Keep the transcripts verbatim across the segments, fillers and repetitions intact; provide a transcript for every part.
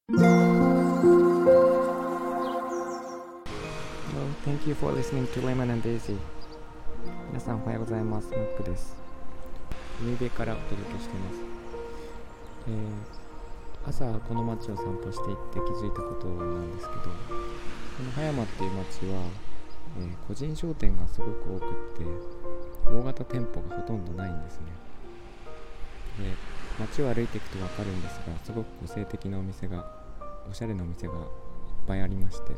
Hello, thank you for listening to Lemon and Daisy. 皆さんおはようございます。マックです。海辺からお届けしています。えー、朝この街を散歩していって気づいたことなんですけど、この葉山っていう街は、えー、個人商店がすごく多くって大型店舗がほとんどないんですね。で、街を歩いていくと分かるんですが、すごく個性的なお店が、おしゃれなお店がいっぱいありまして、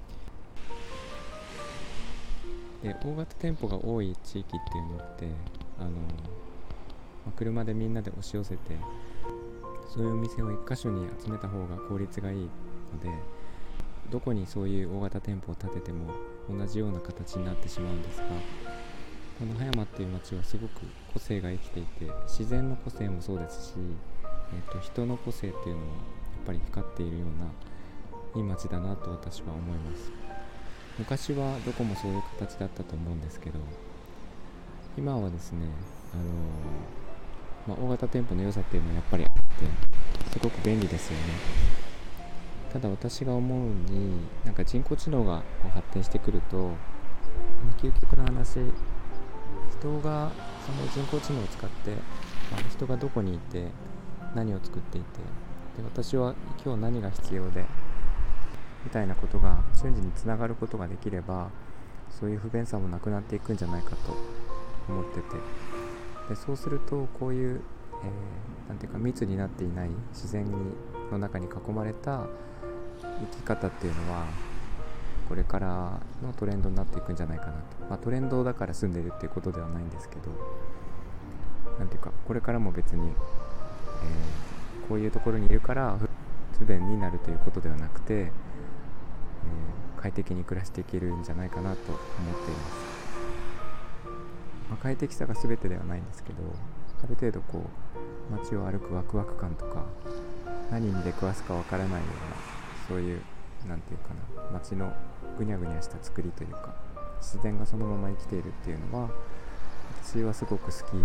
で大型店舗が多い地域っていうのってあの、まあ、車でみんなで押し寄せてそういうお店を一箇所に集めた方が効率がいいので、どこにそういう大型店舗を建てても同じような形になってしまうんですが、この葉山っていう街はすごく個性が生きていて、自然の個性もそうですし、えーと、人の個性っていうのもやっぱり光っているようないい街だなと私は思います。昔はどこもそういう形だったと思うんですけど、今はですね、あのーまあ、大型店舗の良さっていうのはやっぱりあってすごく便利ですよね。ただ私が思うに、なんか人工知能がこう発展してくると、究極の話、人がその人工知能を使って、まあ、人がどこにいて何を作っていて、で私は今日何が必要でみたいなことが瞬時につながることができれば、そういう不便さもなくなっていくんじゃないかと思ってて、でそうするとこういう、えー、なんていうか密になっていない自然にの中に囲まれた生き方っていうのはこれからのトレンドになっていくんじゃないかなと、まあ、トレンドだから住んでるっていうことではないんですけど、なんていうかこれからも別に、えー、こういうところにいるから不便になるということではなくて、えー、快適に暮らしていけるんじゃないかなと思っています。まあ、快適さが全てではないんですけど、ある程度こう街を歩くワクワク感とか、何に出くわすかわからないようなそういうなんていうかな、街のぐにゃぐにゃした作りというか、自然がそのまま生きているっていうのは私はすごく好きですね。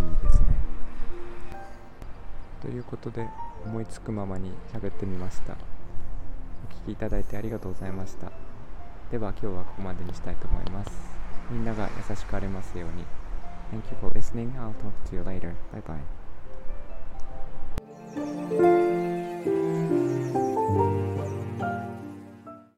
ということで思いつくままに喋ってみました。お聞きいただいてありがとうございました。では今日はここまでにしたいと思います。みんなが優しくありますように。 Thank you for listening. I'll talk to you later. Bye bye.